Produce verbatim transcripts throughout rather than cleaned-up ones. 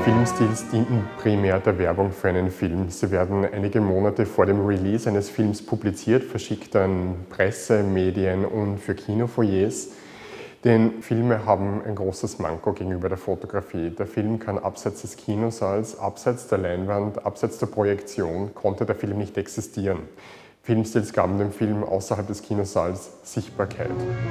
Filmstils dienen primär der Werbung für einen Film. Sie werden einige Monate vor dem Release eines Films publiziert, verschickt an Presse, Medien und für Kinofoyers. Denn Filme haben ein großes Manko gegenüber der Fotografie. Der Film kann abseits des Kinosaals, abseits der Leinwand, abseits der Projektion, konnte der Film nicht existieren. Filmstils gaben dem Film außerhalb des Kinosaals Sichtbarkeit.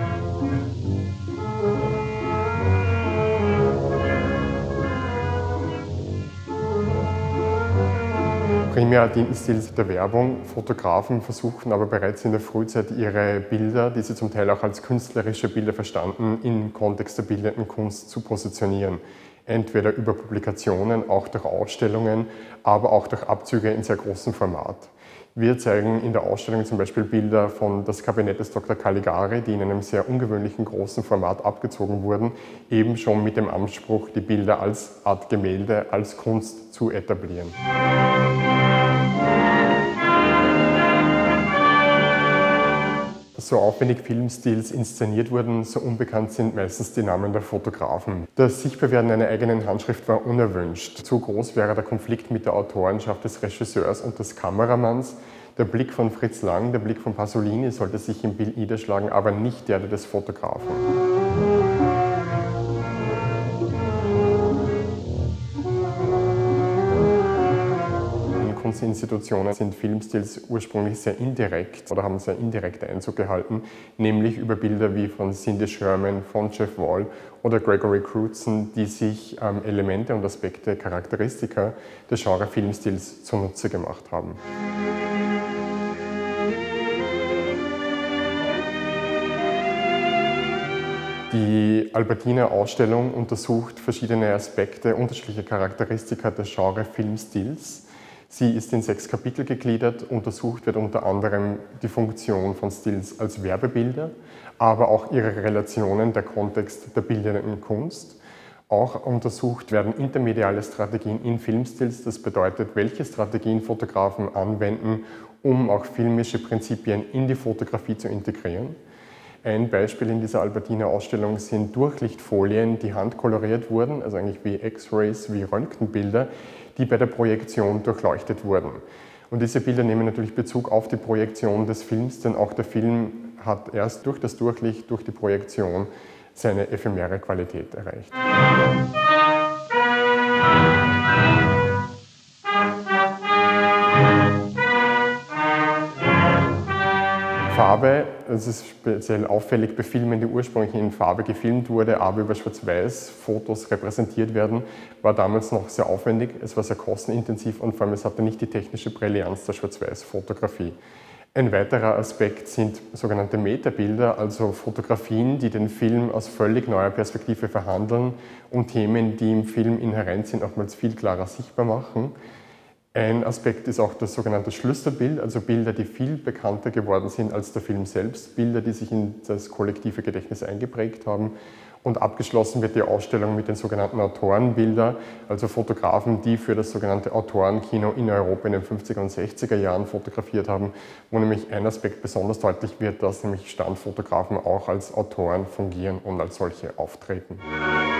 Primär dienten Stils der Werbung. Fotografen versuchten aber bereits in der Frühzeit ihre Bilder, die sie zum Teil auch als künstlerische Bilder verstanden, im Kontext der bildenden Kunst zu positionieren. Entweder über Publikationen, auch durch Ausstellungen, aber auch durch Abzüge in sehr großem Format. Wir zeigen in der Ausstellung zum Beispiel Bilder von Das Kabinett des Doktor Caligari, die in einem sehr ungewöhnlichen großen Format abgezogen wurden, eben schon mit dem Anspruch, die Bilder als Art Gemälde, als Kunst zu etablieren. So aufwendig Filmstils inszeniert wurden, so unbekannt sind meistens die Namen der Fotografen. Das Sichtbarwerden einer eigenen Handschrift war unerwünscht. Zu groß wäre der Konflikt mit der Autorenschaft des Regisseurs und des Kameramanns. Der Blick von Fritz Lang, der Blick von Pasolini sollte sich im Bild niederschlagen, aber nicht der des Fotografen. Institutionen sind Filmstils ursprünglich sehr indirekt oder haben sehr indirekt Einzug gehalten, nämlich über Bilder wie von Cindy Sherman, von Jeff Wall oder Gregory Crewdson, die sich ähm, Elemente und Aspekte, Charakteristika des Genre Filmstils zunutze gemacht haben. Die Albertina-Ausstellung untersucht verschiedene Aspekte, unterschiedliche Charakteristika des Genre Filmstils. Sie ist in sechs Kapitel gegliedert. Untersucht wird unter anderem die Funktion von Stils als Werbebilder, aber auch ihre Relationen, der Kontext der bildenden Kunst. Auch untersucht werden intermediale Strategien in Filmstils, das bedeutet, welche Strategien Fotografen anwenden, um auch filmische Prinzipien in die Fotografie zu integrieren. Ein Beispiel in dieser Albertina-Ausstellung sind Durchlichtfolien, die handkoloriert wurden, also eigentlich wie X-Rays, wie Röntgenbilder, die bei der Projektion durchleuchtet wurden. Und diese Bilder nehmen natürlich Bezug auf die Projektion des Films, denn auch der Film hat erst durch das Durchlicht, durch die Projektion seine ephemere Qualität erreicht. Farbe, es ist speziell auffällig bei Filmen, die ursprünglich in Farbe gefilmt wurde, aber über Schwarz-Weiß-Fotos repräsentiert werden, war damals noch sehr aufwendig, es war sehr kostenintensiv und vor allem es hatte nicht die technische Brillanz der Schwarz-Weiß-Fotografie. Ein weiterer Aspekt sind sogenannte Metabilder, also Fotografien, die den Film aus völlig neuer Perspektive verhandeln und Themen, die im Film inhärent sind, oftmals viel klarer sichtbar machen. Ein Aspekt ist auch das sogenannte Schlüsselbild, also Bilder, die viel bekannter geworden sind als der Film selbst, Bilder, die sich in das kollektive Gedächtnis eingeprägt haben. Und abgeschlossen wird die Ausstellung mit den sogenannten Autorenbildern, also Fotografen, die für das sogenannte Autorenkino in Europa in den fünfziger und sechziger Jahren fotografiert haben, wo nämlich ein Aspekt besonders deutlich wird, dass nämlich Standfotografen auch als Autoren fungieren und als solche auftreten.